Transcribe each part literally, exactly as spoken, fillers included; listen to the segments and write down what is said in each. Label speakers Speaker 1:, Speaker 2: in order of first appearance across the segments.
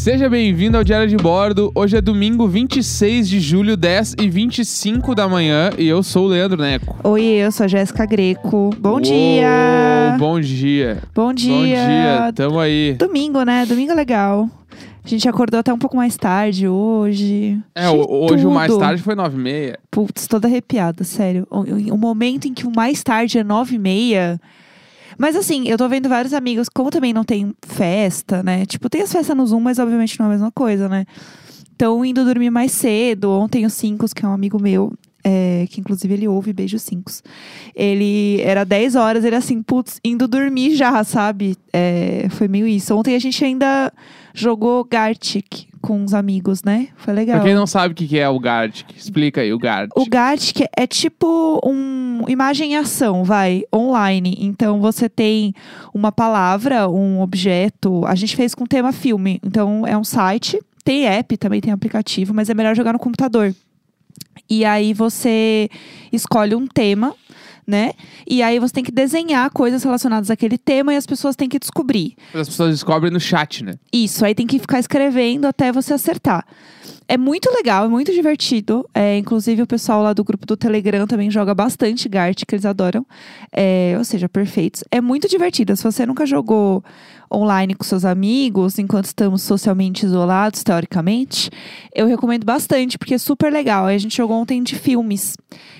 Speaker 1: Seja bem-vindo ao Diário de Bordo. Hoje é domingo, vinte e seis de julho, dez e vinte e cinco da manhã. E eu sou o Leandro Neco.
Speaker 2: Oi, eu sou a Jéssica Greco. Bom
Speaker 1: Uou,
Speaker 2: dia!
Speaker 1: Bom dia!
Speaker 2: Bom dia!
Speaker 1: Bom dia, tamo aí.
Speaker 2: Domingo, né? Domingo é legal. A gente acordou até um pouco mais tarde hoje.
Speaker 1: É,
Speaker 2: Achei
Speaker 1: hoje
Speaker 2: tudo.
Speaker 1: o mais tarde foi nove e meia.
Speaker 2: Putz, toda arrepiada, sério. O, o- o momento em que o mais tarde é nove e meia... Mas assim, eu tô vendo vários amigos, como também não tem festa, né? Tipo, tem as festas no Zoom, mas obviamente não é a mesma coisa, né? Então, indo dormir mais cedo. Ontem o Cincos, que é um amigo meu, é, que inclusive ele ouve Beijo Cincos. Ele era dez horas, ele assim, putz, indo dormir já, sabe? É, foi meio isso. Ontem a gente ainda jogou Gartic com os amigos, né? Foi legal.
Speaker 1: Pra quem não sabe o que que é o Gartic, explica aí o Gartic.
Speaker 2: O Gartic é tipo um imagem e ação, vai, online. Então você tem uma palavra, um objeto. A gente fez com tema filme. Então é um site, tem app, também tem aplicativo, mas é melhor jogar no computador. E aí você escolhe um tema, né? E aí você tem que desenhar coisas relacionadas àquele tema e as pessoas têm que descobrir.
Speaker 1: As pessoas descobrem no chat, né?
Speaker 2: Isso, aí tem que ficar escrevendo até você acertar. É muito legal, é muito divertido. É, inclusive, o pessoal lá do grupo do Telegram também joga bastante Gartic, que eles adoram. É, ou seja, perfeitos. É muito divertido. Se você nunca jogou online com seus amigos, enquanto estamos socialmente isolados, teoricamente, eu recomendo bastante, porque é super legal. A gente jogou ontem de filmes.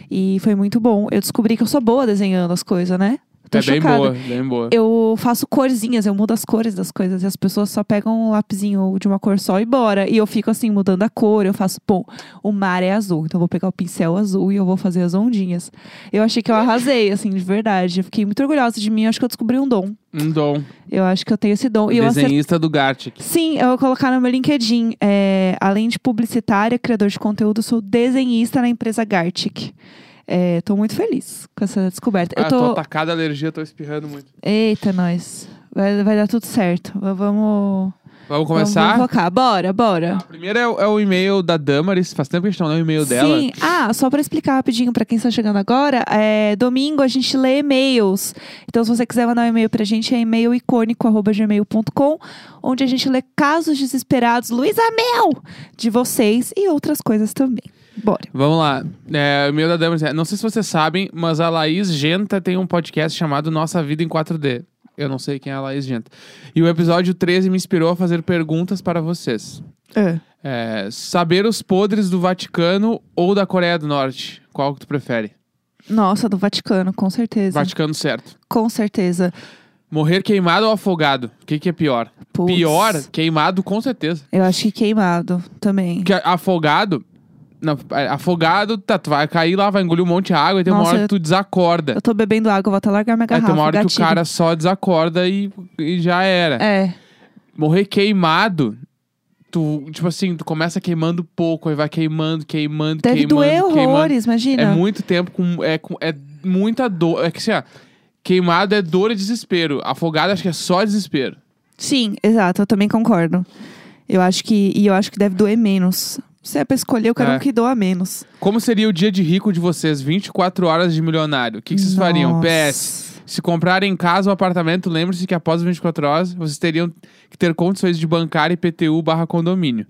Speaker 2: E foi muito bom. Eu descobri que eu sou boa desenhando as coisas, né? Tô
Speaker 1: é bem
Speaker 2: chocada.
Speaker 1: boa, bem boa.
Speaker 2: Eu faço corzinhas, eu mudo as cores das coisas. E as pessoas só pegam um lapisinho de uma cor só e bora. E eu fico assim, mudando a cor. Eu faço, pô, o mar é azul. Então eu vou pegar o pincel azul e eu vou fazer as ondinhas. Eu achei que eu arrasei, assim, de verdade. Eu fiquei muito orgulhosa de mim. Eu acho que eu descobri um dom.
Speaker 1: Um dom.
Speaker 2: Eu acho que eu tenho esse dom. E eu acer-
Speaker 1: Desenhista do Gartic.
Speaker 2: Sim, eu vou colocar no meu LinkedIn. É, além de publicitária, criador de conteúdo, sou desenhista na empresa Gartic. É, tô muito feliz com essa descoberta.
Speaker 1: Ah,
Speaker 2: eu tô...
Speaker 1: tô atacada a alergia, tô espirrando muito.
Speaker 2: Eita, nós. Vai, vai dar tudo certo. V- Vamos...
Speaker 1: Vamos começar?
Speaker 2: Vamos, vamos focar. Bora, bora.
Speaker 1: A primeira é, o- é o e-mail da Damaris. Faz tempo que a gente não lê o e-mail dela.
Speaker 2: Sim. Ah, só pra explicar rapidinho pra quem está chegando agora. É, domingo a gente lê e-mails. Então, se você quiser mandar um e-mail pra gente, é e-mail icônico arroba gmail ponto com, onde a gente lê casos desesperados, Luísa Mel, de vocês e outras coisas também. Bora.
Speaker 1: Vamos lá. É, o e-mail da Damaris é... Não sei se vocês sabem, mas a Laís Genta tem um podcast chamado Nossa Vida em quatro D. Eu não sei quem é a Laís Genta. E o episódio treze me inspirou a fazer perguntas para vocês.
Speaker 2: É.
Speaker 1: É, saber os podres do Vaticano ou da Coreia do Norte? Qual que tu prefere?
Speaker 2: Nossa, do Vaticano, com certeza.
Speaker 1: Vaticano, certo.
Speaker 2: Com certeza.
Speaker 1: Morrer queimado ou afogado? O que, que é pior?
Speaker 2: Puts.
Speaker 1: Pior, queimado, com certeza.
Speaker 2: Eu acho que queimado também.
Speaker 1: Porque afogado... Não, afogado, tá, tu vai cair lá, vai engolir um monte de água e tem uma
Speaker 2: Nossa,
Speaker 1: hora que
Speaker 2: eu-
Speaker 1: tu desacorda.
Speaker 2: Eu tô bebendo água, vou até largar minha
Speaker 1: Aí
Speaker 2: garrafa.
Speaker 1: tem uma hora que o
Speaker 2: gatilho.
Speaker 1: cara só desacorda e, e já era.
Speaker 2: É.
Speaker 1: Morrer queimado, tu, tipo assim, tu começa queimando pouco, aí vai queimando, queimando,
Speaker 2: Deve
Speaker 1: queimando,
Speaker 2: doer
Speaker 1: queimando.
Speaker 2: horrores, imagina.
Speaker 1: É muito tempo, com, é, com, é muita dor. É que assim, ó, queimado é dor e desespero. Afogado acho que é só desespero.
Speaker 2: Sim, exato, eu também concordo. Eu acho que. E eu acho que deve doer menos. Se é pra escolher, eu quero
Speaker 1: É.
Speaker 2: um que doa menos.
Speaker 1: Como seria o dia de rico de vocês? vinte e quatro horas de milionário. O que, que vocês fariam? P S.
Speaker 2: Nossa.
Speaker 1: Se comprarem casa ou apartamento, lembre-se que após vinte e quatro horas, vocês teriam que ter condições de bancar I P T U barra condomínio.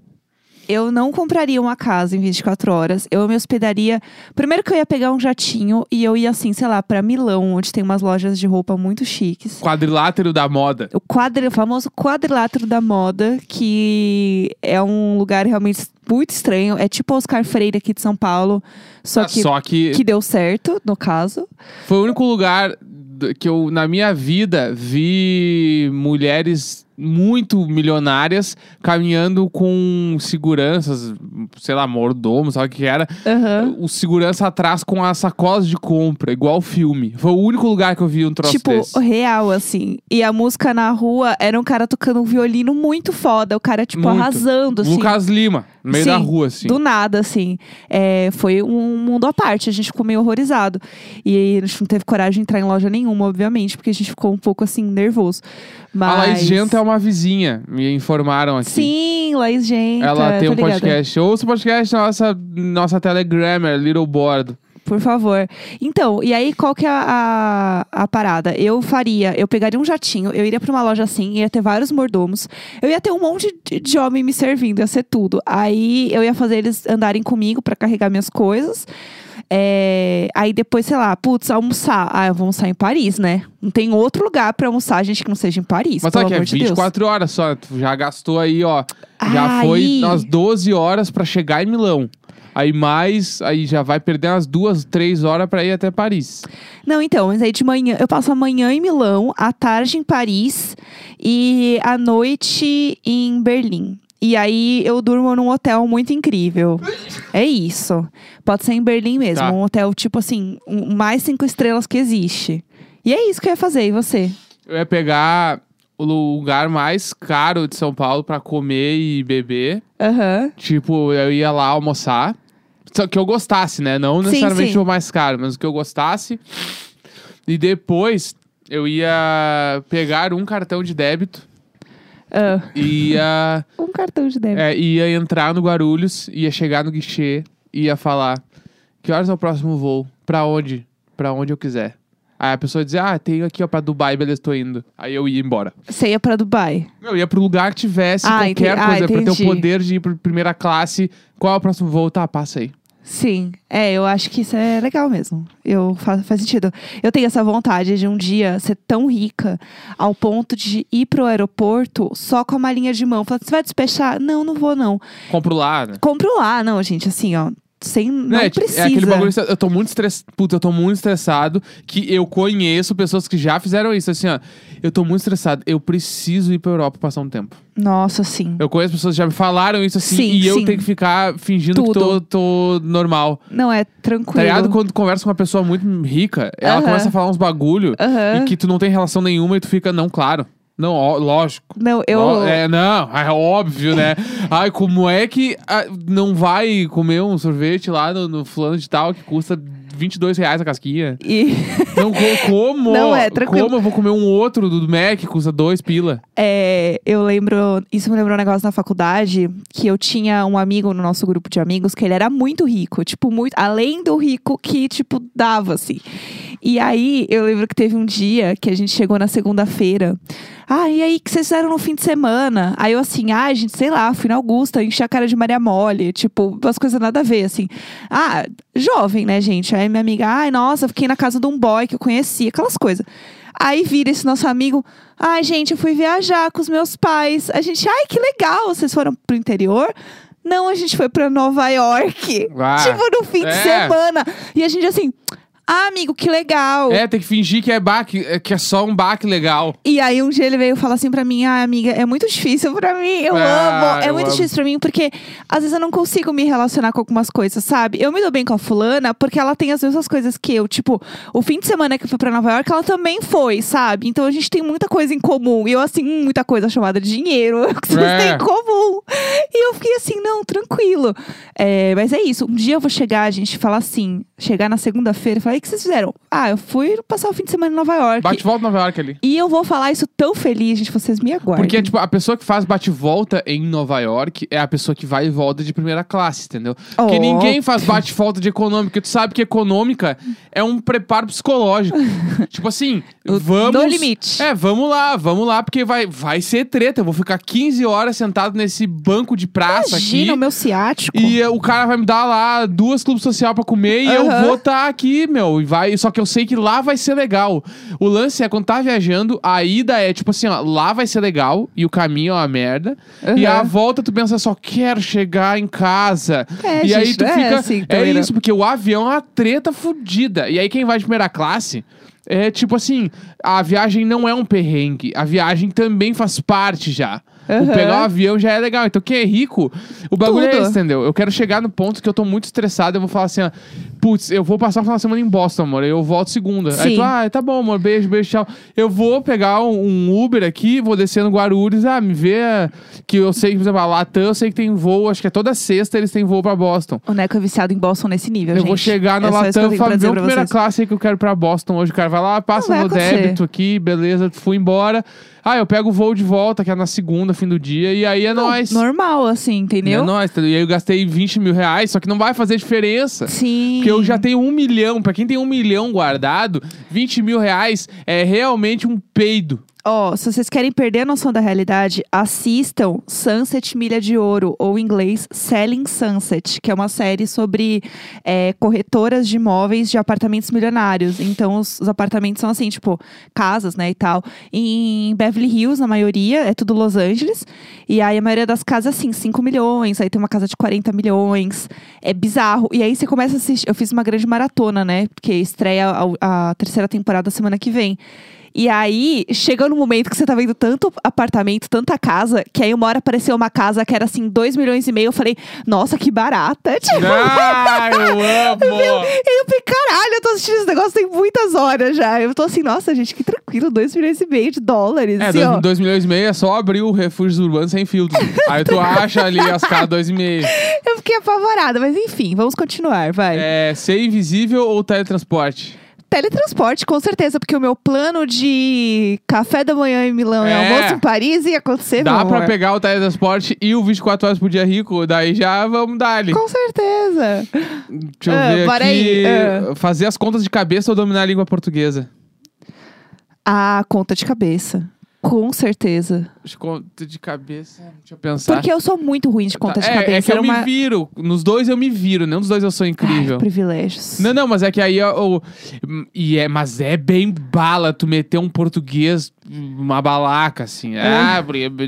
Speaker 2: Eu não compraria uma casa em vinte e quatro horas. Eu me hospedaria. Primeiro que eu ia pegar um jatinho e eu ia, assim, sei lá, pra Milão, onde tem umas lojas de roupa muito chiques.
Speaker 1: Quadrilátero da moda.
Speaker 2: O, quadri, o famoso quadrilátero da moda, que é um lugar realmente muito estranho. É tipo Oscar Freire aqui de São Paulo, só
Speaker 1: Ah,
Speaker 2: que,
Speaker 1: Só que
Speaker 2: que deu certo, no caso.
Speaker 1: foi o único lugar d- que eu, na minha vida, vi mulheres muito milionárias caminhando com seguranças, sei lá, mordomos, sabe o que era?
Speaker 2: Aham.
Speaker 1: O segurança atrás com as sacolas de compra, igual filme. Foi o único lugar que eu vi um troço
Speaker 2: Tipo,
Speaker 1: desse.
Speaker 2: real, assim. E a música na rua era um cara tocando um violino muito foda. O cara, tipo,
Speaker 1: Muito.
Speaker 2: arrasando, assim.
Speaker 1: Lucas Lima, no meio
Speaker 2: Sim,
Speaker 1: da rua, assim.
Speaker 2: Do nada, assim. É, foi um mundo à parte. A gente ficou meio horrorizado. E a gente não teve coragem de entrar em loja nenhuma, obviamente, porque a gente ficou um pouco, assim, nervoso. Mas...
Speaker 1: A Laís Genta é uma vizinha, me informaram aqui.
Speaker 2: Sim, Laís Genta.
Speaker 1: Ela tem
Speaker 2: tô
Speaker 1: um
Speaker 2: ligada.
Speaker 1: podcast. Ouça o podcast da nossa, nossa Telegrammer, Little Board.
Speaker 2: Por favor. Então, e aí qual que é a, a, a parada? Eu faria, eu pegaria um jatinho, eu iria pra uma loja assim, ia ter vários mordomos, eu ia ter um monte de, de homem me servindo, ia ser tudo. Aí eu ia fazer eles andarem comigo pra carregar minhas coisas. É, aí depois, sei lá, putz, almoçar. Ah, eu vou almoçar em Paris, né? Não tem outro lugar pra almoçar, gente, que não seja em Paris.
Speaker 1: Mas
Speaker 2: pelo
Speaker 1: sabe que é
Speaker 2: amor de
Speaker 1: vinte e quatro
Speaker 2: Deus.
Speaker 1: horas só. Tu já gastou aí, ó. Já
Speaker 2: Aí-
Speaker 1: foi umas doze horas pra chegar em Milão. Aí mais, aí já vai perder umas duas, três horas pra ir até Paris.
Speaker 2: Não, então, mas aí de manhã, eu passo a manhã em Milão, à tarde em Paris e à noite em Berlim. E aí eu durmo num hotel muito incrível. É isso. Pode ser em Berlim mesmo.
Speaker 1: Tá.
Speaker 2: Um hotel, tipo assim, um, mais cinco estrelas que existe. E é isso que eu ia fazer. E você?
Speaker 1: Eu ia pegar o lugar mais caro de São Paulo pra comer e beber.
Speaker 2: Aham.
Speaker 1: Tipo, eu ia lá almoçar. Só que eu gostasse, né? Não
Speaker 2: Sim,
Speaker 1: necessariamente
Speaker 2: sim.
Speaker 1: o mais caro, mas o que eu gostasse. E depois eu ia pegar um cartão de débito
Speaker 2: Ah,
Speaker 1: e ia,
Speaker 2: um cartão de débito.
Speaker 1: é, ia entrar no Guarulhos, ia chegar no guichê e ia falar: que horas é o próximo voo? Pra onde? Pra onde eu quiser. Aí a pessoa dizia: ah, tenho aqui, ó, pra Dubai, beleza, tô indo. Aí eu ia embora.
Speaker 2: Você ia pra Dubai.
Speaker 1: Eu ia pro lugar que tivesse
Speaker 2: Ah,
Speaker 1: qualquer
Speaker 2: entendi. Ah,
Speaker 1: coisa, pra ter o
Speaker 2: entendi.
Speaker 1: poder de ir pra primeira classe. Qual é o próximo voo? Tá, passa aí.
Speaker 2: Sim, é, eu acho que isso é legal mesmo. Eu faz, faz sentido. Eu tenho essa vontade de um dia ser tão rica ao ponto de ir pro aeroporto só com a malinha de mão. Falar, você vai despechar? Não, não vou não.
Speaker 1: Compro lá, né?
Speaker 2: Compro lá, não, gente, assim, ó. Sem, não
Speaker 1: é,
Speaker 2: precisa.
Speaker 1: É aquele bagulho, eu tô muito estressado, puta, eu tô muito estressado, que eu conheço pessoas que já fizeram isso, assim, ó, eu tô muito estressado, eu preciso ir pra Europa passar um tempo.
Speaker 2: Nossa, sim.
Speaker 1: Eu conheço pessoas que já me falaram isso, assim,
Speaker 2: Sim,
Speaker 1: e eu
Speaker 2: sim.
Speaker 1: tenho que ficar fingindo que tô,
Speaker 2: Tudo.
Speaker 1: tô normal.
Speaker 2: Não, é
Speaker 1: Tá
Speaker 2: tranquilo.
Speaker 1: ligado? Quando tu conversa com uma pessoa muito rica, ela
Speaker 2: Aham.
Speaker 1: começa a falar uns bagulho,
Speaker 2: Aham.
Speaker 1: e que tu não tem relação nenhuma, e tu fica, não, claro. Não, ó, lógico.
Speaker 2: Não, eu...
Speaker 1: Ó, É, não, é óbvio, né? Ai, como é que ah, não vai comer um sorvete lá no, no fulano de tal que custa vinte e dois reais a casquinha?
Speaker 2: E,
Speaker 1: Não, co- como?
Speaker 2: Não, é, tranquilo.
Speaker 1: Como eu vou comer um outro do Mac que custa dois pila?
Speaker 2: é, eu lembro... Isso me lembrou um negócio na faculdade, que eu tinha um amigo no nosso grupo de amigos, que ele era muito rico. Tipo, muito... Além do rico que, tipo, dava, assim. E aí, eu lembro que teve um dia que a gente chegou na segunda-feira. Ah, e aí, o que vocês fizeram no fim de semana? Aí eu assim, ah, gente, sei lá, fui na Augusta, enchi a cara de Maria Mole. Tipo, umas coisas nada a ver, assim. Ah, jovem, né, gente? Aí minha amiga, ai, nossa, fiquei na casa de um boy que eu conhecia, aquelas coisas. Aí vira esse nosso amigo, ai, gente, eu fui viajar com os meus pais. A gente, ai, que legal, vocês foram pro interior? Não, a gente foi pra Nova York.
Speaker 1: Ah,
Speaker 2: tipo, no fim de
Speaker 1: é.
Speaker 2: semana. E a gente assim... Ah, amigo, que legal.
Speaker 1: É, tem que fingir que é baque, é- que é só um baque legal.
Speaker 2: E aí um dia ele veio falar assim pra mim, ah, amiga, é muito difícil pra mim, eu
Speaker 1: Ah,
Speaker 2: amo. É
Speaker 1: eu
Speaker 2: muito
Speaker 1: amo.
Speaker 2: difícil pra mim, porque às vezes eu não consigo me relacionar com algumas coisas, sabe? Eu me dou bem com a fulana, porque ela tem as mesmas coisas que eu. Tipo, o fim de semana que eu fui pra Nova York, ela também foi, sabe? Então a gente tem muita coisa em comum. E eu, assim, hum, muita coisa chamada dinheiro, que vocês
Speaker 1: É.
Speaker 2: têm em comum. E eu fiquei assim, não, tranquilo. É, mas é isso, um dia eu vou chegar, a gente falar assim, chegar na segunda-feira e falar, e o que vocês fizeram? Ah, eu fui passar o fim de semana em Nova York.
Speaker 1: Bate e volta Nova York ali.
Speaker 2: E eu vou falar isso tão feliz, gente, vocês me aguardem.
Speaker 1: Porque, tipo, a pessoa que faz bate-volta em Nova York é a pessoa que vai e volta de primeira classe, entendeu? Porque
Speaker 2: Oh.
Speaker 1: ninguém faz bate-volta de econômica. Porque tu sabe que econômica é um preparo psicológico. Tipo assim,
Speaker 2: O-
Speaker 1: vamos...
Speaker 2: no limite.
Speaker 1: É, vamos lá, vamos lá, porque vai, vai ser treta. Eu vou ficar quinze horas sentado nesse banco de praça
Speaker 2: Imagina
Speaker 1: aqui.
Speaker 2: o meu ciático.
Speaker 1: E eh, o cara vai me dar lá duas clubes social pra comer e eu
Speaker 2: Aham.
Speaker 1: vou estar aqui, meu. E vai, só que eu sei que lá vai ser legal. O lance é quando tá viajando, a ida é tipo assim, ó, lá vai ser legal e o caminho é uma merda. E
Speaker 2: Aham.
Speaker 1: a volta tu pensa, só quero chegar em casa.
Speaker 2: É,
Speaker 1: e aí
Speaker 2: gente,
Speaker 1: tu
Speaker 2: não é
Speaker 1: fica.
Speaker 2: assim
Speaker 1: é
Speaker 2: também, não.
Speaker 1: isso, porque o avião é uma treta fodida. E aí quem vai de primeira classe. É tipo assim, a viagem não é um perrengue, a viagem também faz parte já. O
Speaker 2: Aham.
Speaker 1: pegar o avião já é legal. Então, quem é rico, o bagulho é
Speaker 2: Tudo.
Speaker 1: esse, entendeu? Eu quero chegar no ponto que eu tô muito estressado. Eu vou falar assim, ó, putz, eu vou passar o final de semana em Boston, amor. Eu volto segunda. Aí
Speaker 2: Sim.
Speaker 1: tu, ah, tá bom, amor, beijo, beijo, tchau. Eu vou pegar um, um Uber aqui, vou descer no Guarulhos, ah, me vê eh, que eu sei que, por exemplo, a Latam, eu sei que tem voo, acho que é toda sexta eles têm voo pra Boston.
Speaker 2: O Neco é viciado em Boston nesse nível,
Speaker 1: Eu
Speaker 2: gente.
Speaker 1: vou chegar na
Speaker 2: É só isso que eu
Speaker 1: Latam
Speaker 2: tenho
Speaker 1: e
Speaker 2: pra
Speaker 1: falar, vê
Speaker 2: dizer
Speaker 1: uma
Speaker 2: pra
Speaker 1: primeira
Speaker 2: vocês.
Speaker 1: classe aí que eu quero ir pra Boston hoje. O cara vai lá, passa
Speaker 2: Não vai
Speaker 1: no
Speaker 2: acontecer.
Speaker 1: débito aqui, beleza, fui embora. Ah, eu pego o voo de volta, que é na segunda, fim do dia e aí é
Speaker 2: Não,
Speaker 1: nóis.
Speaker 2: Normal, assim, entendeu?
Speaker 1: É nóis. E aí eu gastei vinte mil reais, só que não vai fazer diferença.
Speaker 2: Sim.
Speaker 1: Porque eu já tenho um milhão. Pra quem tem um milhão guardado, vinte mil reais é realmente um peido.
Speaker 2: Ó, se vocês querem perder a noção da realidade, assistam Sunset Milha de Ouro, ou em inglês Selling Sunset, que é uma série sobre é, corretoras de imóveis de apartamentos milionários. Então, os, os apartamentos são assim, tipo, casas, né, e tal. Em Beverly Hills, na maioria, é tudo Los Angeles. E aí, a maioria das casas, assim, cinco milhões. Aí tem uma casa de quarenta milhões. É bizarro. E aí, você começa a assistir... Eu fiz uma grande maratona, né? Porque estreia a, a terceira temporada semana que vem. E aí, chega no momento que você tá vendo tanto apartamento, tanta casa, que aí uma hora apareceu uma casa que era assim, dois milhões e meio. Eu falei, nossa, que barata. Tipo,
Speaker 1: Ah, eu amo!
Speaker 2: eu, eu falei, caralho, eu tô assistindo esse negócio tem muitas horas já. Eu tô assim, nossa, gente, que tranquilo, dois milhões e meio de dólares.
Speaker 1: É,
Speaker 2: assim,
Speaker 1: dois,
Speaker 2: ó.
Speaker 1: dois milhões e meio é só abrir o refúgio urbano sem filtro. Aí tu acha ali as casas dois e meio.
Speaker 2: Eu fiquei apavorada, mas enfim, vamos continuar, vai.
Speaker 1: É, ser invisível ou teletransporte?
Speaker 2: Teletransporte, com certeza, porque o meu plano de café da manhã em Milão e
Speaker 1: É.
Speaker 2: almoço em Paris ia acontecer,
Speaker 1: Dá
Speaker 2: meu
Speaker 1: pra
Speaker 2: amor.
Speaker 1: pegar o teletransporte e o vinte e quatro horas por dia rico, daí já vamos dar ali.
Speaker 2: Com certeza.
Speaker 1: Deixa eu
Speaker 2: Ah,
Speaker 1: ver
Speaker 2: bora
Speaker 1: aqui.
Speaker 2: aí, ah.
Speaker 1: Fazer as contas de cabeça ou dominar a língua portuguesa?
Speaker 2: Ah, conta de cabeça. Com certeza.
Speaker 1: Acho que Conta de cabeça, deixa eu pensar.
Speaker 2: Porque eu sou muito ruim de conta
Speaker 1: Tá,
Speaker 2: de
Speaker 1: é,
Speaker 2: cabeça.
Speaker 1: É que eu
Speaker 2: Era uma...
Speaker 1: me viro. Nos dois eu me viro. Nenhum dos dois eu sou incrível.
Speaker 2: Ai, privilégios.
Speaker 1: Não, não, mas é que aí eu, eu- e é, mas é bem bala tu meter um português, uma balaca, assim. Ah,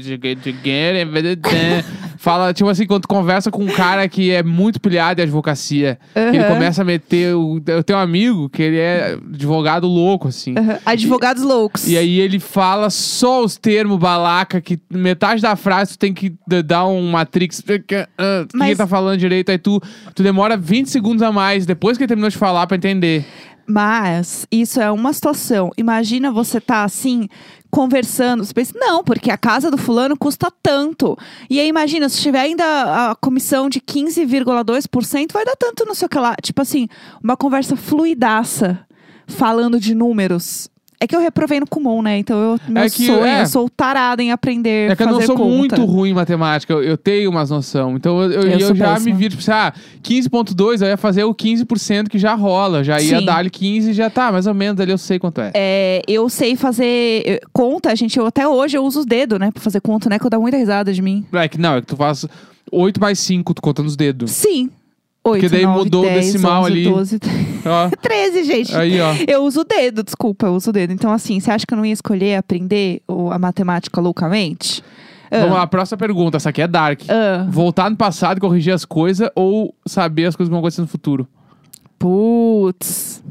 Speaker 1: fala, tipo assim, quando tu conversa com um cara que é muito pilhado em advocacia, que ele
Speaker 2: Aham.
Speaker 1: começa a meter. O, eu tenho um amigo que ele é advogado louco, assim.
Speaker 2: Aham. Advogados loucos.
Speaker 1: E aí ele fala só os termos balaca, que metade da frase tu tem que d- dar um matrix. Ah, O que
Speaker 2: Mas-
Speaker 1: ele tá falando direito? Aí tu, tu demora vinte segundos a mais depois que ele terminou de falar pra entender.
Speaker 2: Mas isso é uma situação. Imagina você tá assim, conversando. Você pensa, não, porque a casa do fulano custa tanto. E aí imagina, se tiver ainda a comissão de quinze vírgula dois por cento, vai dar tanto não sei o que lá. Tipo assim, uma conversa fluidaça, falando de números. É que eu reprovei no Kumon, né? Então eu, meu
Speaker 1: É que,
Speaker 2: sonho,
Speaker 1: é.
Speaker 2: eu sou tarada em aprender
Speaker 1: É que eu
Speaker 2: fazer
Speaker 1: não sou
Speaker 2: conta.
Speaker 1: muito ruim em matemática, eu, eu tenho umas noção. Então eu, eu,
Speaker 2: Eu
Speaker 1: eu
Speaker 2: sou
Speaker 1: já
Speaker 2: péssima.
Speaker 1: me viro, tipo, assim, ah, quinze ponto dois, eu ia fazer o quinze por cento que já rola. Já ia
Speaker 2: Sim.
Speaker 1: dar ali quinze e já tá, mais ou menos, ali eu sei quanto é.
Speaker 2: É, eu sei fazer eh, conta, gente. Eu, até hoje eu uso os dedos, né? Pra fazer conta, né? Que eu dá muita risada de mim.
Speaker 1: É que não, é que tu faz oito mais cinco, tu contando os dedos.
Speaker 2: Sim. oito,
Speaker 1: Porque daí
Speaker 2: nove,
Speaker 1: mudou o
Speaker 2: dez,
Speaker 1: decimal
Speaker 2: onze,
Speaker 1: ali.
Speaker 2: doze,
Speaker 1: Ó,
Speaker 2: treze, gente.
Speaker 1: aí, ó.
Speaker 2: Eu uso o dedo, desculpa, eu uso o dedo. Então, assim, você acha que eu não ia escolher aprender o- a matemática loucamente? Ah,
Speaker 1: Vamos lá, próxima pergunta, essa aqui é dark.
Speaker 2: ah,
Speaker 1: Voltar no passado e corrigir as coisas ou saber as coisas que vão acontecer no futuro?
Speaker 2: putz.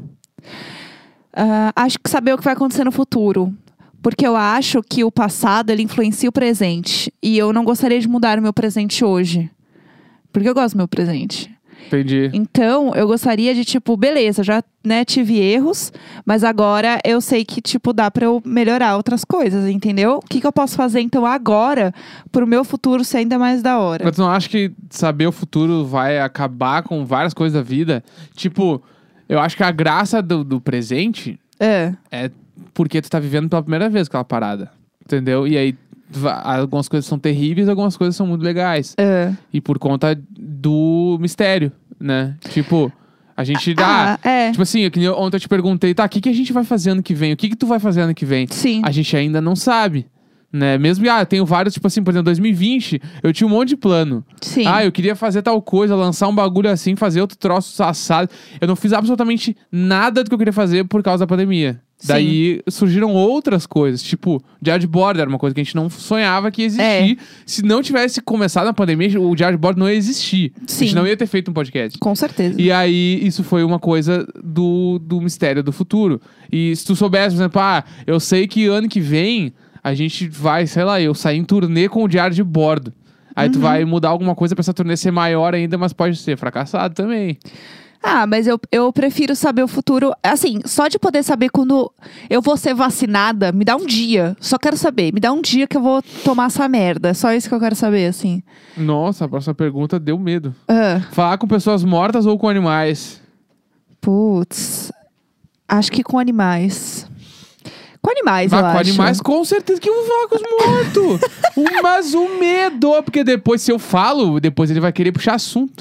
Speaker 2: Ah, acho que saber o que vai acontecer no futuro. Porque eu acho que o passado, ele influencia o presente. E eu não gostaria de mudar o meu presente hoje. Porque eu gosto do meu presente.
Speaker 1: Entendi.
Speaker 2: Então, eu gostaria de, tipo, beleza, já, né, tive erros, mas agora eu sei que, tipo, dá pra eu melhorar outras coisas, entendeu? O que, que eu posso fazer, então, agora, pro meu futuro ser ainda mais da hora?
Speaker 1: Mas tu não acha que saber o futuro vai acabar com várias coisas da vida? Tipo, eu acho que a graça do, do presente
Speaker 2: É.
Speaker 1: é porque tu tá vivendo pela primeira vez aquela parada. Entendeu? E aí, va- algumas coisas são terríveis, algumas coisas são muito legais.
Speaker 2: É.
Speaker 1: E por conta do mistério, né? Tipo, a gente dá.
Speaker 2: Ah, é.
Speaker 1: Tipo assim, que nem ontem eu te perguntei, tá, o que, que a gente vai fazer ano que vem? O que, que tu vai fazer ano que vem?
Speaker 2: Sim.
Speaker 1: A gente ainda não sabe. Né? Mesmo que, ah, eu tenho vários, tipo assim, por exemplo, dois mil e vinte, eu tinha um monte de plano.
Speaker 2: Sim.
Speaker 1: Ah, eu queria fazer tal coisa, lançar um bagulho assim, fazer outro troço assado. Eu não fiz absolutamente nada do que eu queria fazer por causa da pandemia.
Speaker 2: Sim.
Speaker 1: Daí surgiram outras coisas, tipo, Diário de Bordo era uma coisa que a gente não sonhava que ia existir.
Speaker 2: É.
Speaker 1: Se não tivesse começado a pandemia, o Diário de Bordo não ia existir. A
Speaker 2: Sim.
Speaker 1: gente não ia ter feito um podcast.
Speaker 2: Com certeza.
Speaker 1: E aí, isso foi uma coisa do, do mistério do futuro. E se tu soubesse, por exemplo, ah, eu sei que ano que vem a gente vai, sei lá, eu sair em turnê com o Diário de Bordo. Aí
Speaker 2: Uhum.
Speaker 1: tu vai mudar alguma coisa pra essa turnê ser maior ainda, mas pode ser fracassado também.
Speaker 2: Ah, mas eu, eu prefiro saber o futuro. Assim, só de poder saber quando eu vou ser vacinada, me dá um dia. Só quero saber. Me dá um dia que eu vou tomar essa merda. Só isso que eu quero saber, assim.
Speaker 1: Nossa, a próxima pergunta deu medo.
Speaker 2: Ah,
Speaker 1: Falar com pessoas mortas ou com animais?
Speaker 2: putz. Acho que com animais. Com animais,
Speaker 1: Mas
Speaker 2: eu
Speaker 1: com
Speaker 2: acho.
Speaker 1: animais, com certeza que eu vou falar com os mortos. O- Mas o medo, porque depois, se eu falo, depois ele vai querer puxar assunto.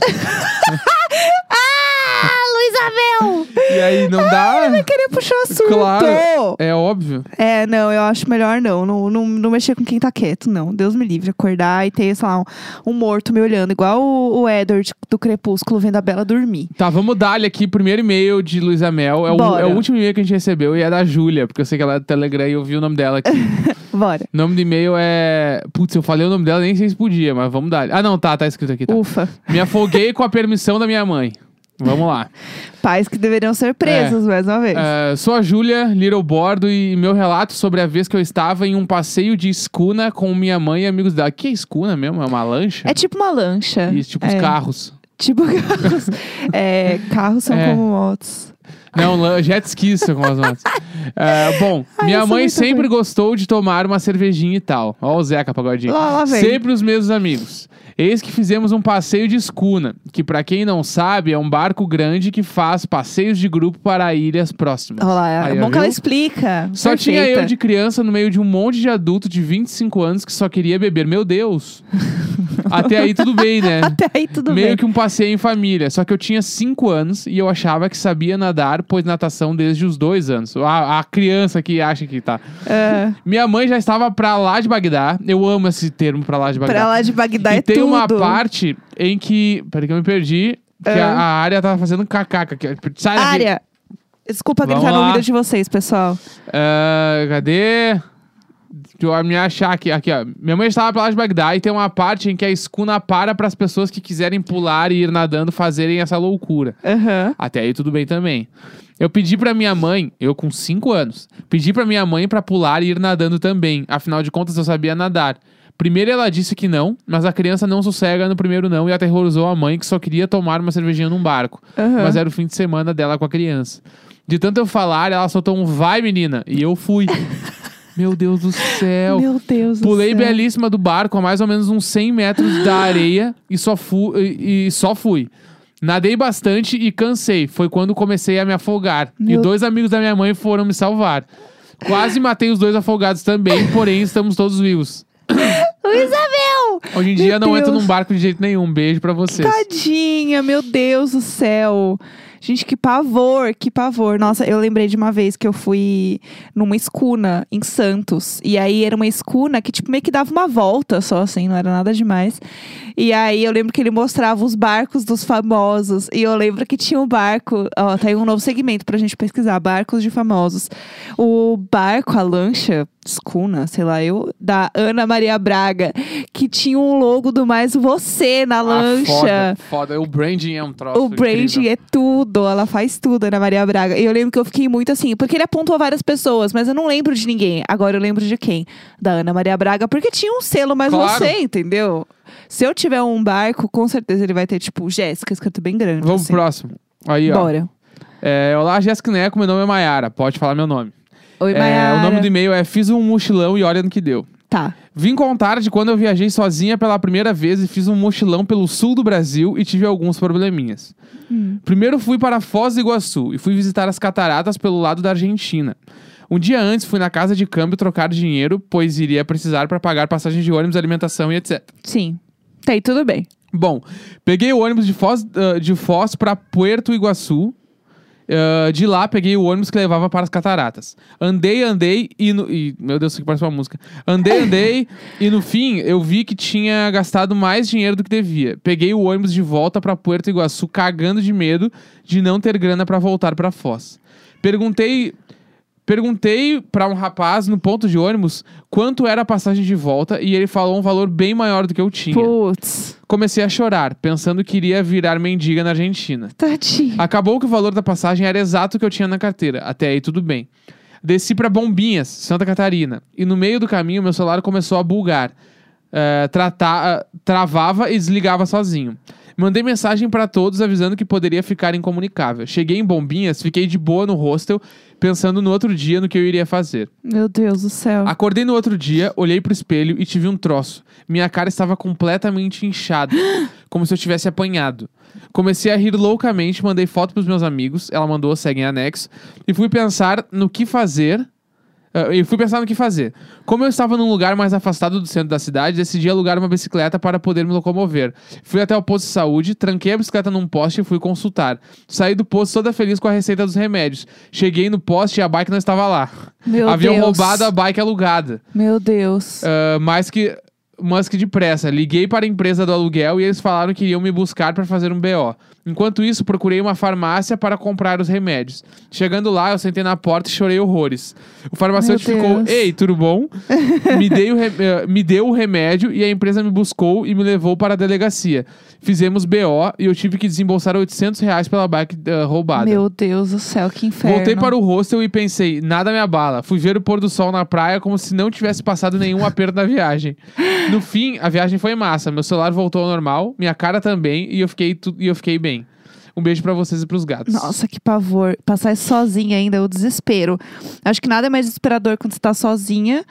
Speaker 2: Ah, Luísa Mel!
Speaker 1: E aí não dá.
Speaker 2: Vai querer puxar assunto.
Speaker 1: Claro, é óbvio.
Speaker 2: É, não, eu acho melhor não. Não, não. não mexer com quem tá quieto, não. Deus me livre. Acordar e ter, sei lá, um, um morto me olhando. Igual o, o Edward do Crepúsculo vendo a Bela dormir.
Speaker 1: Tá, vamos dar-lhe aqui o primeiro e-mail de Luísa Mel. É o,
Speaker 2: Bora.
Speaker 1: é o último e-mail que a gente recebeu e é da Júlia, porque eu sei que ela é do Telegram e eu vi o nome dela aqui.
Speaker 2: Bora.
Speaker 1: O nome do e-mail é... Putz, eu falei o nome dela, nem sei se podia, mas vamos dar. Ah, não, tá, tá escrito aqui, tá.
Speaker 2: Ufa.
Speaker 1: Me afoguei com a permissão da minha mãe. Vamos lá.
Speaker 2: Pais que deveriam ser presos, mais uma vez.
Speaker 1: É, sou a Júlia, Little Bordo, e meu relato sobre a vez que eu estava em um passeio de escuna com minha mãe e amigos dela. Que é escuna mesmo? É uma lancha?
Speaker 2: É tipo uma lancha.
Speaker 1: Isso, tipo
Speaker 2: é.
Speaker 1: os carros.
Speaker 2: Tipo carros. é, carros são
Speaker 1: É.
Speaker 2: como motos.
Speaker 1: Não, lan- jet skis são como as motos. É, bom,
Speaker 2: Ai,
Speaker 1: minha
Speaker 2: eu sou
Speaker 1: mãe
Speaker 2: muito
Speaker 1: sempre
Speaker 2: ruim.
Speaker 1: gostou de tomar uma cervejinha e tal. Ó o Zeca Pagodinho.
Speaker 2: Lá, lá vem.
Speaker 1: Sempre os mesmos amigos. Eis que fizemos um passeio de escuna, que pra quem não sabe é um barco grande que faz passeios de grupo para ilhas próximas.
Speaker 2: Olha lá,
Speaker 1: Aí,
Speaker 2: é
Speaker 1: ó,
Speaker 2: bom que ela
Speaker 1: viu?
Speaker 2: explica.
Speaker 1: Só
Speaker 2: Perfeita.
Speaker 1: tinha eu de criança no meio de um monte de adulto de vinte e cinco anos que só queria beber. Meu Deus! Até aí tudo bem, né?
Speaker 2: Até aí tudo
Speaker 1: Meio
Speaker 2: bem.
Speaker 1: que um passeio em família. Só que eu tinha cinco anos e eu achava que sabia nadar, pois natação desde os dois anos. A, a criança que acha que tá.
Speaker 2: É,
Speaker 1: Minha mãe já estava pra lá de Bagdá. Eu amo esse termo, pra lá de Bagdá.
Speaker 2: pra lá de Bagdá
Speaker 1: e
Speaker 2: é
Speaker 1: tem
Speaker 2: tudo.
Speaker 1: uma parte em que... Peraí que eu me perdi. Que
Speaker 2: É.
Speaker 1: a, a área tava fazendo cacaca. Que- Sai daqui.
Speaker 2: Área. Desculpa
Speaker 1: Vamos
Speaker 2: gritar no
Speaker 1: lá.
Speaker 2: ouvido de vocês, pessoal.
Speaker 1: Ah, cadê? Deixa eu me achar aqui. Aqui, ó. Minha mãe estava pra lá de Bagdá e tem uma parte em que a escuna para para as pessoas que quiserem pular e ir nadando fazerem essa loucura.
Speaker 2: Aham.
Speaker 1: Até aí tudo bem também. Eu pedi pra minha mãe, eu com cinco anos, pedi pra minha mãe pra pular e ir nadando também. Afinal de contas, eu sabia nadar. Primeiro ela disse que não, mas a criança não sossega no primeiro não e aterrorizou a mãe que só queria tomar uma cervejinha num barco.
Speaker 2: Aham.
Speaker 1: Mas era o fim de semana dela com a criança. De tanto eu falar, ela soltou um vai, menina. E eu fui. Meu Deus do céu.
Speaker 2: Meu Deus
Speaker 1: Pulei
Speaker 2: do céu.
Speaker 1: belíssima do barco a mais ou menos uns cem metros da areia e só, fu e, e só fui. Nadei bastante e cansei. Foi quando comecei a me afogar.
Speaker 2: Meu-
Speaker 1: E dois amigos da minha mãe foram me salvar. Quase matei os dois afogados também, porém estamos todos vivos.
Speaker 2: Isabel!
Speaker 1: Hoje em
Speaker 2: Meu
Speaker 1: dia não entro
Speaker 2: Deus.
Speaker 1: num barco de jeito nenhum. Beijo pra vocês.
Speaker 2: Tadinha, meu Deus do céu. Gente, que pavor, que pavor. Nossa, eu lembrei de uma vez que eu fui numa escuna em Santos. E aí era uma escuna que, tipo, meio que dava uma volta só, assim, não era nada demais. E aí eu lembro que ele mostrava os barcos dos famosos. E eu lembro que tinha um barco. Ó, tá aí um novo segmento pra gente pesquisar: barcos de famosos. O barco, a lancha, escuna, sei lá, eu, da Ana Maria Braga, que tinha um logo do Mais Você na
Speaker 1: Ah,
Speaker 2: lancha.
Speaker 1: foda, foda. O branding é um troço
Speaker 2: O branding
Speaker 1: incrível.
Speaker 2: é tudo, ela faz tudo, Ana Maria Braga. E eu lembro que eu fiquei muito assim, porque ele apontou várias pessoas, mas eu não lembro de ninguém. Agora eu lembro de quem? Da Ana Maria Braga, porque tinha um selo mais
Speaker 1: Claro.
Speaker 2: você, entendeu? Se eu tiver um barco, com certeza ele vai ter, tipo, Jéssica, escrito bem grande.
Speaker 1: Vamos
Speaker 2: assim.
Speaker 1: pro próximo. Aí, ó.
Speaker 2: Bora.
Speaker 1: É, olá, Jéssica Neco, meu nome é Maiara. Pode falar meu nome.
Speaker 2: Oi,
Speaker 1: É,
Speaker 2: Maiara.
Speaker 1: o nome do e-mail é Fiz um mochilão e olha no que deu.
Speaker 2: Tá.
Speaker 1: Vim contar de quando eu viajei sozinha pela primeira vez e fiz um mochilão pelo sul do Brasil e tive alguns probleminhas.
Speaker 2: Hum.
Speaker 1: Primeiro fui para Foz do Iguaçu e fui visitar as cataratas pelo lado da Argentina. Um dia antes fui na casa de câmbio trocar dinheiro, pois iria precisar para pagar passagem de ônibus, alimentação e etcétera.
Speaker 2: Sim. Tá aí, tudo bem.
Speaker 1: Bom, peguei o ônibus de Foz, ah, de Foz para Puerto Iguaçu. Ah, de lá, peguei o ônibus que levava para as cataratas. Andei, andei e, no, e... Meu Deus, isso aqui parece uma música. Andei, andei e no fim eu vi que tinha gastado mais dinheiro do que devia. Peguei o ônibus de volta para Puerto Iguaçu cagando de medo de não ter grana para voltar para Foz. Perguntei... Perguntei pra um rapaz no ponto de ônibus quanto era a passagem de volta e ele falou um valor bem maior do que eu tinha.
Speaker 2: Putz.
Speaker 1: Comecei a chorar, pensando que iria virar mendiga na Argentina.
Speaker 2: Tadinha.
Speaker 1: Acabou que o valor da passagem era exato o que eu tinha na carteira. Até aí tudo bem. Desci pra Bombinhas, Santa Catarina. E no meio do caminho meu celular começou a bugar. É, tratar, travava e desligava sozinho. Mandei mensagem pra todos avisando que poderia ficar incomunicável. Cheguei em Bombinhas, fiquei de boa no hostel, pensando no outro dia no que eu iria fazer.
Speaker 2: Meu Deus do céu.
Speaker 1: Acordei no outro dia, olhei pro espelho e tive um troço. Minha cara estava completamente inchada, como se eu tivesse apanhado. Comecei a rir loucamente, mandei foto pros meus amigos, ela mandou, segue em anexo, e fui pensar no que fazer Uh, e fui pensar no que fazer. Como eu estava num lugar mais afastado do centro da cidade, decidi alugar uma bicicleta para poder me locomover. Fui até o posto de saúde, tranquei a bicicleta num poste e fui consultar. Saí do posto toda feliz com a receita dos remédios. Cheguei no poste e a bike não estava lá.
Speaker 2: Meu
Speaker 1: Haviam
Speaker 2: Deus.
Speaker 1: roubado a bike alugada.
Speaker 2: Meu Deus.
Speaker 1: Uh, mais que... Mas que depressa. Liguei para a empresa do aluguel e eles falaram que iriam me buscar para fazer um B O. Enquanto isso, procurei uma farmácia para comprar os remédios. Chegando lá, eu sentei na porta e chorei horrores. O farmacêutico
Speaker 2: Meu
Speaker 1: ficou,
Speaker 2: Deus.
Speaker 1: ei, tudo bom? me, dei o re- eh, me deu o remédio e a empresa me buscou e me levou para a delegacia. Fizemos B O e eu tive que desembolsar oitocentos reais pela bike uh, roubada.
Speaker 2: Meu Deus do céu, que inferno.
Speaker 1: Voltei para o hostel e pensei, nada me abala. Fui ver o pôr do sol na praia como se não tivesse passado nenhum aperto na viagem. No fim, a viagem foi massa. Meu celular voltou ao normal, minha cara também, e eu fiquei, tu- e eu fiquei bem. Um beijo pra vocês e pros gatos.
Speaker 2: Nossa, que pavor. Passar isso sozinha ainda, o desespero. Acho que nada é mais desesperador quando você tá sozinha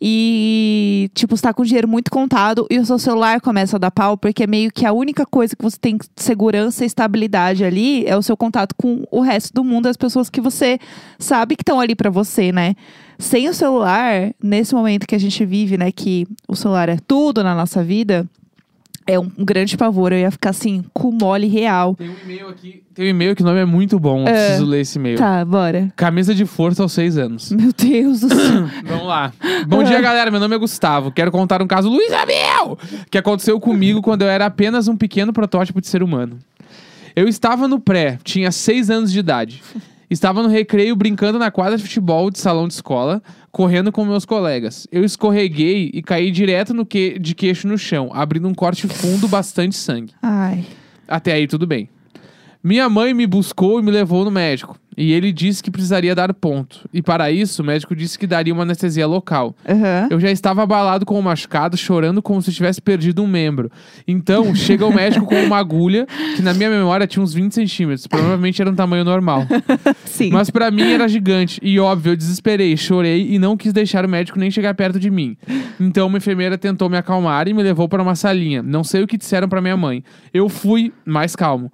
Speaker 2: e, tipo, você tá com o dinheiro muito contado e o seu celular começa a dar pau, porque é meio que a única coisa que você tem de segurança e estabilidade ali é o seu contato com o resto do mundo, as pessoas que você sabe que estão ali pra você, né? Sem o celular, nesse momento que a gente vive, né, que o celular é tudo na nossa vida, é um, um grande pavor. Eu ia ficar assim, com mole real.
Speaker 1: Tem um e-mail aqui. Tem um e-mail que o nome é muito bom. Eu
Speaker 2: É.
Speaker 1: preciso ler esse e-mail.
Speaker 2: Tá, bora.
Speaker 1: Camisa de força aos seis anos.
Speaker 2: Meu Deus do céu.
Speaker 1: Vamos lá. Bom dia, galera. Meu nome é Gustavo. Quero contar um caso Luiz Abel, que aconteceu comigo quando eu era apenas um pequeno protótipo de ser humano. Eu estava no pré, tinha seis anos de idade. Estava no recreio brincando na quadra de futebol de salão de escola, correndo com meus colegas. Eu escorreguei e caí direto no que... de queixo no chão, abrindo um corte fundo, bastante sangue.
Speaker 2: Ai.
Speaker 1: Até aí tudo bem. Minha mãe me buscou e me levou no médico. E ele disse que precisaria dar ponto. E para isso, o médico disse que daria uma anestesia local.
Speaker 2: Aham.
Speaker 1: Eu já estava abalado com o machucado, chorando como se tivesse perdido um membro. Então, chega o médico com uma agulha, que na minha memória tinha uns vinte centímetros. Provavelmente era um tamanho normal.
Speaker 2: Sim.
Speaker 1: Mas pra mim era gigante. E óbvio, eu desesperei, chorei e não quis deixar o médico nem chegar perto de mim. Então, uma enfermeira tentou me acalmar e me levou para uma salinha. Não sei o que disseram pra minha mãe. Eu fui mais calmo.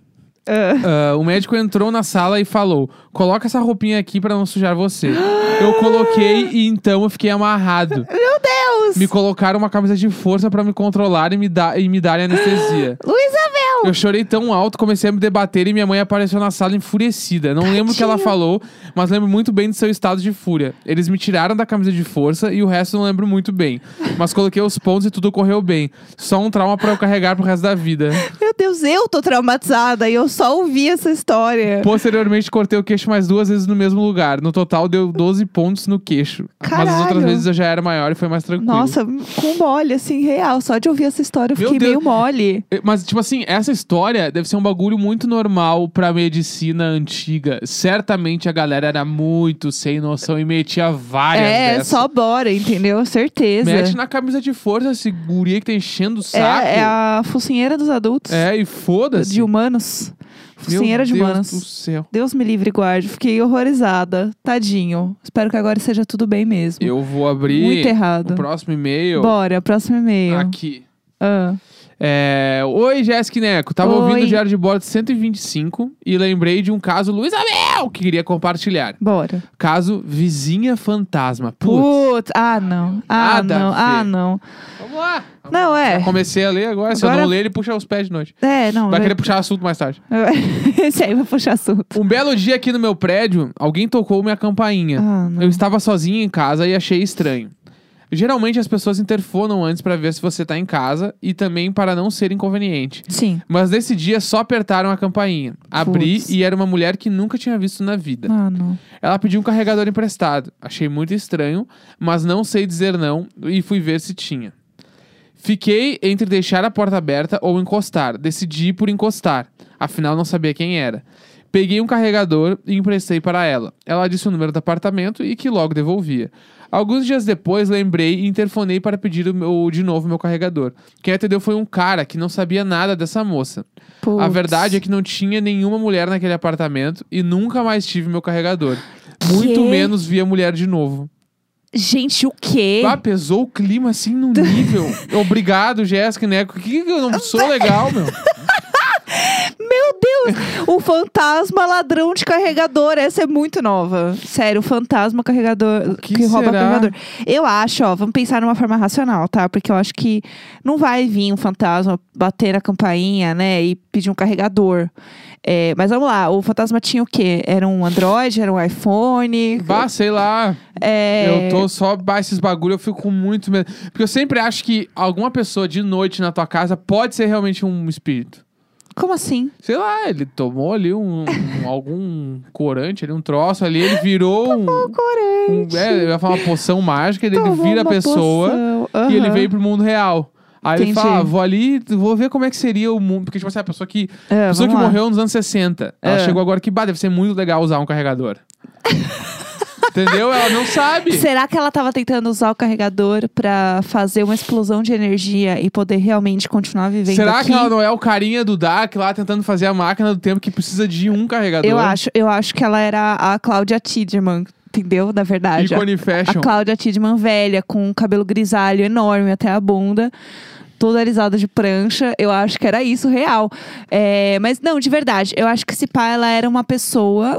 Speaker 2: Ah.
Speaker 1: Uh, o médico entrou na sala e falou: coloca essa roupinha aqui pra não sujar você. Eu coloquei e então eu fiquei amarrado.
Speaker 2: Meu Deus!
Speaker 1: Me colocaram uma camisa de força pra me controlar e me, dar, e me darem anestesia.
Speaker 2: Luísa Mel!
Speaker 1: Eu chorei tão alto, comecei a me debater e minha mãe apareceu na sala enfurecida. Não lembro o que ela falou, mas lembro muito bem do seu estado de fúria. Eles me tiraram da camisa de força e o resto não lembro muito bem. Mas coloquei os pontos e tudo correu bem. Só um trauma pra eu carregar pro resto da vida.
Speaker 2: Meu Deus, eu tô traumatizada e eu só ouvi essa história.
Speaker 1: Posteriormente, cortei o queixo mais duas vezes no mesmo lugar. No total, deu doze pontos no queixo.
Speaker 2: Caralho.
Speaker 1: Mas as outras vezes eu já era maior e foi mais tranquilo.
Speaker 2: Nossa, com mole, assim, real. Só de ouvir essa história eu
Speaker 1: Meu
Speaker 2: fiquei
Speaker 1: Deus.
Speaker 2: meio mole.
Speaker 1: Mas, tipo assim, essa história deve ser um bagulho muito normal pra medicina antiga. Certamente a galera era muito sem noção e metia várias
Speaker 2: É,
Speaker 1: dessas.
Speaker 2: só bora, entendeu? Certeza.
Speaker 1: Mete na camisa de força esse guria que tá enchendo o saco.
Speaker 2: É, é a focinheira dos adultos.
Speaker 1: É, e foda-se.
Speaker 2: De humanos. Focinheira de
Speaker 1: Meu
Speaker 2: humanos.
Speaker 1: Deus do céu.
Speaker 2: Deus me livre e guarde. Fiquei horrorizada. Tadinho. Espero que agora seja tudo bem mesmo.
Speaker 1: Eu vou abrir
Speaker 2: Muito errado.
Speaker 1: o próximo e-mail.
Speaker 2: Bora, próximo e-mail.
Speaker 1: Aqui.
Speaker 2: Ah.
Speaker 1: É... Oi, Jéssica e Neco. Tava
Speaker 2: Oi.
Speaker 1: ouvindo o Diário de Bordo cento e vinte e cinco e lembrei de um caso Luiz Abel que queria compartilhar.
Speaker 2: Bora.
Speaker 1: Caso Vizinha Fantasma. Putz.
Speaker 2: Putz. Ah, não. Ah,
Speaker 1: Nada
Speaker 2: não.
Speaker 1: a ver.
Speaker 2: Ah, não.
Speaker 1: Vamos lá.
Speaker 2: Não, é.
Speaker 1: Já comecei a ler agora. Se eu
Speaker 2: Agora-
Speaker 1: não ler, ele puxa os pés de noite.
Speaker 2: É, não.
Speaker 1: Vai
Speaker 2: é-
Speaker 1: querer puxar assunto mais tarde.
Speaker 2: Esse aí vai puxar assunto.
Speaker 1: Um belo dia aqui no meu prédio, alguém tocou minha campainha.
Speaker 2: Ah, não.
Speaker 1: Eu estava sozinho em casa e achei estranho. Geralmente as pessoas interfonam antes pra ver se você tá em casa e também para não ser inconveniente.
Speaker 2: Sim.
Speaker 1: Mas nesse dia só apertaram a campainha. Abri
Speaker 2: Putz.
Speaker 1: e era uma mulher que nunca tinha visto na vida.
Speaker 2: Ah, não.
Speaker 1: Ela pediu um carregador emprestado. Achei muito estranho, mas não sei dizer não e fui ver se tinha. Fiquei entre deixar a porta aberta ou encostar. Decidi por encostar. Afinal, não sabia quem era. Peguei um carregador e emprestei para ela. Ela disse o número do apartamento e que logo devolvia. Alguns dias depois, lembrei e interfonei para pedir o meu, de novo meu carregador. Quem atendeu foi um cara que não sabia nada dessa moça.
Speaker 2: Putz.
Speaker 1: A verdade é que não tinha nenhuma mulher naquele apartamento e nunca mais tive meu carregador. Muito
Speaker 2: Quê?
Speaker 1: menos vi a mulher de novo.
Speaker 2: Gente, o quê?
Speaker 1: Ah, pesou o clima assim no nível. Obrigado, Jéssica e Neco. Que que eu não sou legal, meu?
Speaker 2: Meu Deus! O fantasma ladrão de carregador. Essa é muito nova. Sério, o fantasma carregador
Speaker 1: que
Speaker 2: que, rouba
Speaker 1: será?
Speaker 2: carregador. Eu acho, ó, vamos pensar numa forma racional, tá? Porque eu acho que não vai vir um fantasma bater na campainha, né? E pedir um carregador. É, mas vamos lá, o fantasma tinha o quê? Era um Android? Era um iPhone?
Speaker 1: Bah, sei lá.
Speaker 2: É...
Speaker 1: Eu tô só bah, esses bagulho, eu fico com muito medo. Porque eu sempre acho que alguma pessoa de noite na tua casa pode ser realmente um espírito.
Speaker 2: Como assim?
Speaker 1: Sei lá, ele tomou ali um, um- algum corante, ali, um troço ali, ele virou um,
Speaker 2: Corante.
Speaker 1: um. É, eu ia falar uma poção mágica, ele
Speaker 2: Tomou
Speaker 1: vira a
Speaker 2: uma
Speaker 1: pessoa
Speaker 2: poção.
Speaker 1: e ele
Speaker 2: Aham.
Speaker 1: veio pro mundo real. Aí ele
Speaker 2: Entendi.
Speaker 1: fala, ah, vou ali, vou ver como é que seria o mundo. Porque, tipo assim, a pessoa que,
Speaker 2: É,
Speaker 1: a pessoa que
Speaker 2: vamos lá.
Speaker 1: morreu nos anos sessenta, ela
Speaker 2: É.
Speaker 1: chegou agora que, bah, deve ser muito legal usar um carregador. Entendeu? Ela não sabe.
Speaker 2: Será que ela tava tentando usar o carregador pra fazer uma explosão de energia e poder realmente continuar vivendo
Speaker 1: Será
Speaker 2: aqui?
Speaker 1: que ela não é o carinha do Dark lá tentando fazer a máquina do tempo que precisa de um carregador?
Speaker 2: Eu acho, eu acho que ela era a Cláudia Tidman, entendeu? Na verdade.
Speaker 1: Ícone
Speaker 2: A
Speaker 1: Fashion.
Speaker 2: Cláudia Tidman velha, com um cabelo grisalho enorme até a bunda. Toda alisada de prancha, eu acho que era isso, real. É, mas não, de verdade, eu acho que esse pai, ela era uma pessoa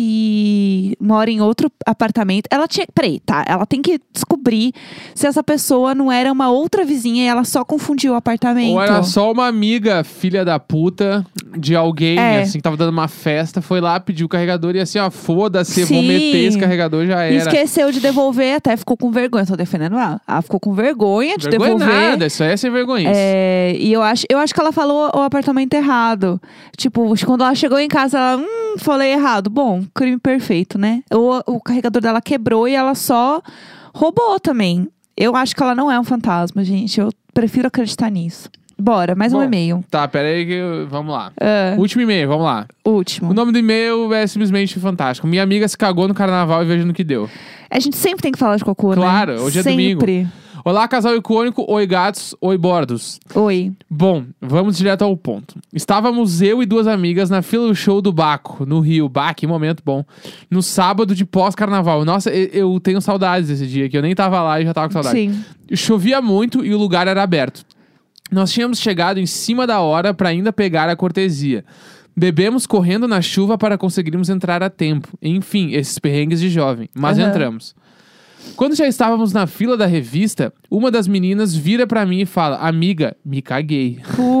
Speaker 2: que mora em outro apartamento. Ela tinha, peraí, tá, ela tem que descobrir se essa pessoa não era uma outra vizinha e ela só confundiu o apartamento.
Speaker 1: Ou era só uma amiga, filha da puta, de alguém,
Speaker 2: É.
Speaker 1: assim, que tava dando uma festa, foi lá, pediu o carregador e assim, ó, foda-se, vou
Speaker 2: Sim.
Speaker 1: meter esse carregador, já era.
Speaker 2: Esqueceu de devolver, até ficou com vergonha. Tô defendendo ela. Ela ficou com vergonha de
Speaker 1: Vergonha
Speaker 2: devolver.
Speaker 1: nada, isso aí é sem vergonha.
Speaker 2: É, e eu acho, eu acho que ela falou o apartamento errado. Tipo, quando ela chegou em casa, ela, hum, falei errado. Bom, crime perfeito, né? O, o carregador dela quebrou e ela só roubou também. Eu acho que ela não é um fantasma, gente. Eu prefiro acreditar nisso. Bora, mais um
Speaker 1: Bom,
Speaker 2: e-mail.
Speaker 1: Tá, pera aí que eu- vamos lá.
Speaker 2: Ah,
Speaker 1: Último e-mail, vamos lá.
Speaker 2: último.
Speaker 1: O nome do e-mail é simplesmente fantástico. Minha amiga se cagou no carnaval e veja no que deu.
Speaker 2: A gente sempre tem que falar de cocô, né?
Speaker 1: Claro, hoje é domingo.
Speaker 2: Sempre.
Speaker 1: Olá, casal icônico. Oi, gatos. Oi, bordos.
Speaker 2: Oi.
Speaker 1: Bom, vamos direto ao ponto. Estávamos eu e duas amigas na fila do show do Baco, no Rio. Bah, que momento bom. No sábado de pós-carnaval. Nossa, eu, eu tenho saudades desse dia, que eu nem tava lá e já tava com saudade.
Speaker 2: Sim.
Speaker 1: Chovia muito e o lugar era aberto. Nós tínhamos chegado em cima da hora para ainda pegar a cortesia. Bebemos correndo na chuva para conseguirmos entrar a tempo. Enfim, esses perrengues de jovem. Mas
Speaker 2: Aham.
Speaker 1: entramos. Quando já estávamos na fila da revista, uma das meninas vira pra mim e fala: amiga, me caguei.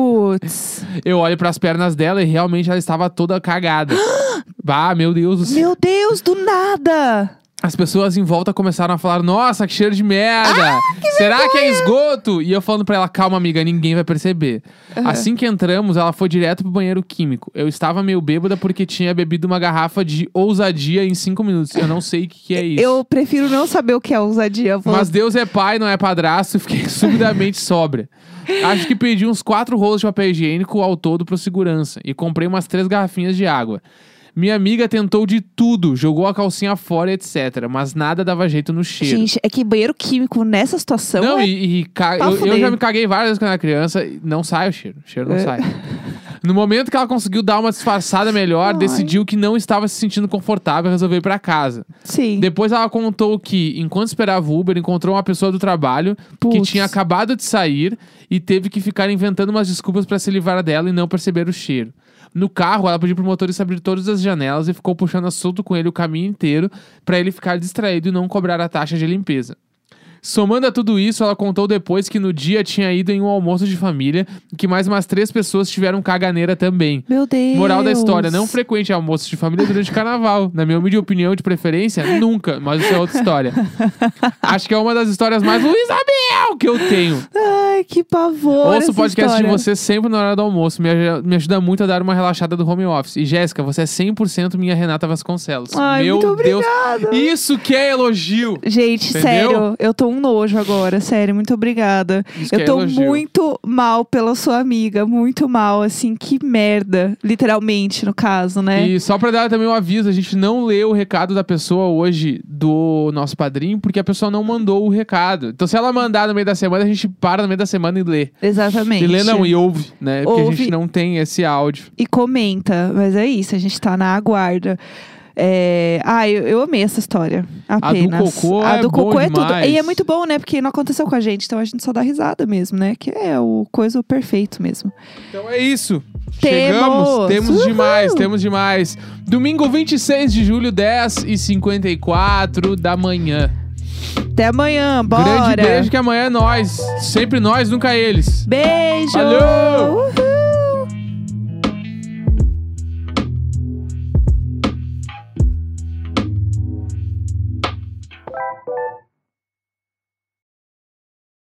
Speaker 2: Putz.
Speaker 1: Eu olho pras pernas dela e realmente ela estava toda cagada. Bah, meu Deus do céu.
Speaker 2: Meu Deus, do nada.
Speaker 1: As pessoas em volta começaram a falar: nossa, que cheiro de merda! Será que é esgoto? E eu falando pra ela: calma, amiga, ninguém vai perceber.
Speaker 2: Uhum.
Speaker 1: Assim que entramos, ela foi direto pro banheiro químico. Eu estava meio bêbada porque tinha bebido uma garrafa de ousadia em cinco minutos. Eu não sei o que, que é isso.
Speaker 2: Eu prefiro não saber o que é ousadia. Vou...
Speaker 1: Mas Deus é pai, não é padrasto, e fiquei subitamente sóbria. Acho que perdi uns quatro rolos de papel higiênico ao todo pro segurança. E comprei umas três garrafinhas de água. Minha amiga tentou de tudo, jogou a calcinha fora, etcétera. Mas nada dava jeito no cheiro.
Speaker 2: Gente, é que banheiro químico nessa situação
Speaker 1: Não,
Speaker 2: é...
Speaker 1: e, e ca-
Speaker 2: pra
Speaker 1: eu, eu
Speaker 2: fuder.
Speaker 1: já me caguei várias vezes quando era criança. E não sai o cheiro. O cheiro não
Speaker 2: É.
Speaker 1: sai. No momento que ela conseguiu dar uma disfarçada melhor,
Speaker 2: Ai.
Speaker 1: decidiu que não estava se sentindo confortável e resolveu ir pra casa.
Speaker 2: Sim.
Speaker 1: Depois ela contou que, enquanto esperava o Uber, encontrou uma pessoa do trabalho que
Speaker 2: Putz.
Speaker 1: tinha acabado de sair e teve que ficar inventando umas desculpas pra se livrar dela e não perceber o cheiro. No carro, ela pediu pro motorista abrir todas as janelas e ficou puxando assunto com ele o caminho inteiro pra ele ficar distraído e não cobrar a taxa de limpeza. Somando a tudo isso, ela contou depois que no dia tinha ido em um almoço de família e que mais umas três pessoas tiveram caganeira também.
Speaker 2: Meu Deus.
Speaker 1: Moral da história, não frequente almoços de família durante o carnaval. Na minha humilde opinião, de preferência, nunca. Mas isso é outra história. Acho que é uma das histórias mais Luiz Abel que eu tenho.
Speaker 2: Ai, que pavor.
Speaker 1: Ouço
Speaker 2: essa
Speaker 1: o podcast
Speaker 2: história.
Speaker 1: de você sempre na hora do almoço. Me, aj- me ajuda muito a dar uma relaxada do home office. E Jéssica, você é cem por cento minha Renata Vasconcelos.
Speaker 2: Ai,
Speaker 1: Meu
Speaker 2: muito
Speaker 1: Deus.
Speaker 2: obrigada.
Speaker 1: Isso que é elogio.
Speaker 2: Gente,
Speaker 1: Entendeu?
Speaker 2: sério, eu tô um nojo agora, sério, muito obrigada.
Speaker 1: Isso
Speaker 2: Eu
Speaker 1: que é
Speaker 2: tô
Speaker 1: elogio.
Speaker 2: muito mal pela sua amiga, muito mal, assim, que merda. Literalmente, no caso, né?
Speaker 1: E só pra dar também um aviso, a gente não leu o recado da pessoa hoje do nosso padrinho, porque a pessoa não mandou o recado. Então se ela mandar no meio da semana, a gente para no meio da semana e lê.
Speaker 2: Exatamente.
Speaker 1: E lê não, e ouve, né? Porque a
Speaker 2: Ouve.
Speaker 1: gente não tem esse áudio.
Speaker 2: E comenta, mas é isso, a gente tá na aguarda. É... Ah, eu, eu amei essa história. Apenas.
Speaker 1: cocô
Speaker 2: A
Speaker 1: é
Speaker 2: do
Speaker 1: bom
Speaker 2: cocô é tudo.
Speaker 1: demais.
Speaker 2: E é muito bom, né? Porque não aconteceu com a gente, então a gente só dá risada mesmo, né? Que é o coisa perfeito mesmo.
Speaker 1: Então é isso. Chegamos, temos
Speaker 2: Uhul.
Speaker 1: demais, temos demais. Domingo vinte e seis de julho, dez e cinquenta e quatro da manhã.
Speaker 2: Até amanhã, bora.
Speaker 1: Grande beijo que amanhã é nós. Sempre nós, nunca eles.
Speaker 2: Beijo.
Speaker 1: Valeu!
Speaker 2: Uhul.